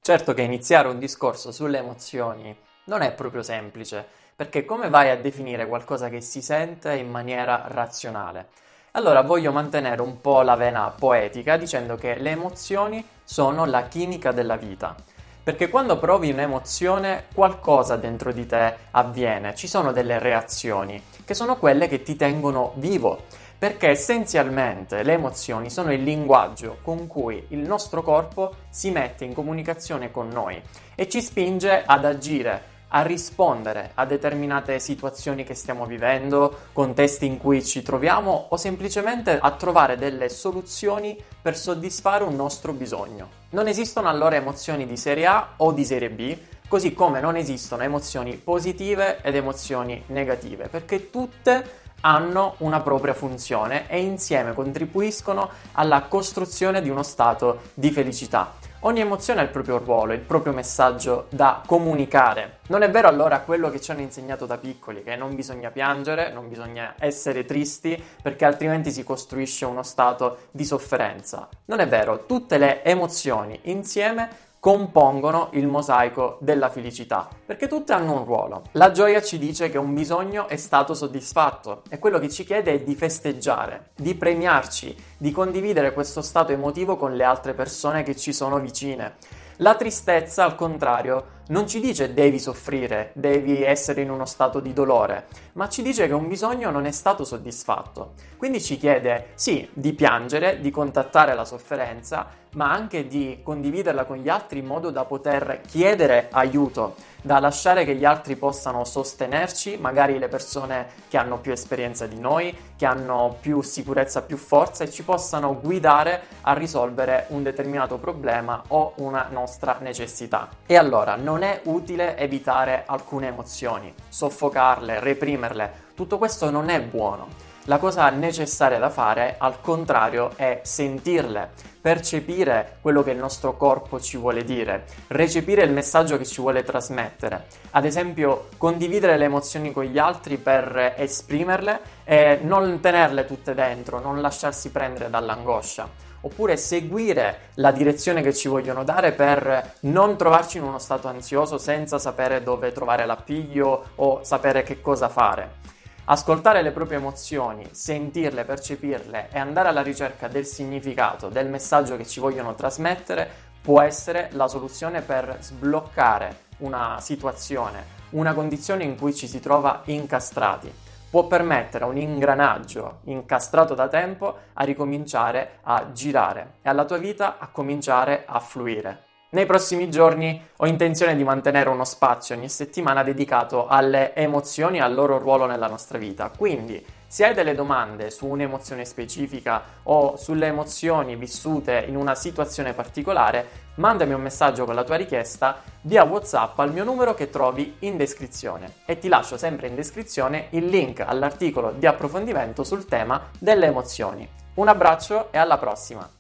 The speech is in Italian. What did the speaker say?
Certo che iniziare un discorso sulle emozioni non è proprio semplice, perché come vai a definire qualcosa che si sente in maniera razionale? Allora voglio mantenere un po' la vena poetica dicendo che le emozioni sono la chimica della vita. Perché quando provi un'emozione, qualcosa dentro di te avviene, ci sono delle reazioni, che sono quelle che ti tengono vivo. Perché essenzialmente le emozioni sono il linguaggio con cui il nostro corpo si mette in comunicazione con noi e ci spinge ad agire, a rispondere a determinate situazioni che stiamo vivendo, contesti in cui ci troviamo o semplicemente a trovare delle soluzioni per soddisfare un nostro bisogno. Non esistono allora emozioni di serie A o di serie B, così come non esistono emozioni positive ed emozioni negative, perché tutte hanno una propria funzione e insieme contribuiscono alla costruzione di uno stato di felicità. Ogni emozione ha il proprio ruolo, il proprio messaggio da comunicare. Non è vero allora quello che ci hanno insegnato da piccoli, che non bisogna piangere, non bisogna essere tristi, perché altrimenti si costruisce uno stato di sofferenza. Non è vero, tutte le emozioni insieme compongono il mosaico della felicità, perché tutte hanno un ruolo. La gioia ci dice che un bisogno è stato soddisfatto e quello che ci chiede è di festeggiare, di premiarci, di condividere questo stato emotivo con le altre persone che ci sono vicine. La tristezza, al contrario, non ci dice devi soffrire, devi essere in uno stato di dolore, ma ci dice che un bisogno non è stato soddisfatto. Quindi ci chiede, sì, di piangere, di contattare la sofferenza, ma anche di condividerla con gli altri in modo da poter chiedere aiuto, da lasciare che gli altri possano sostenerci, magari le persone che hanno più esperienza di noi, che hanno più sicurezza, più forza e ci possano guidare a risolvere un determinato problema o una nostra necessità. E allora non è utile evitare alcune emozioni, soffocarle, reprimerle, tutto questo non è buono. La cosa necessaria da fare, al contrario, è sentirle, percepire quello che il nostro corpo ci vuole dire, recepire il messaggio che ci vuole trasmettere. Ad esempio, condividere le emozioni con gli altri per esprimerle e non tenerle tutte dentro, non lasciarsi prendere dall'angoscia. Oppure seguire la direzione che ci vogliono dare per non trovarci in uno stato ansioso senza sapere dove trovare l'appiglio o sapere che cosa fare. Ascoltare le proprie emozioni, sentirle, percepirle e andare alla ricerca del significato, del messaggio che ci vogliono trasmettere può essere la soluzione per sbloccare una situazione, una condizione in cui ci si trova incastrati. Può permettere a un ingranaggio incastrato da tempo a ricominciare a girare e alla tua vita a cominciare a fluire. Nei prossimi giorni ho intenzione di mantenere uno spazio ogni settimana dedicato alle emozioni e al loro ruolo nella nostra vita. Quindi, se hai delle domande su un'emozione specifica o sulle emozioni vissute in una situazione particolare, mandami un messaggio con la tua richiesta via WhatsApp al mio numero che trovi in descrizione e ti lascio sempre in descrizione il link all'articolo di approfondimento sul tema delle emozioni. Un abbraccio e alla prossima!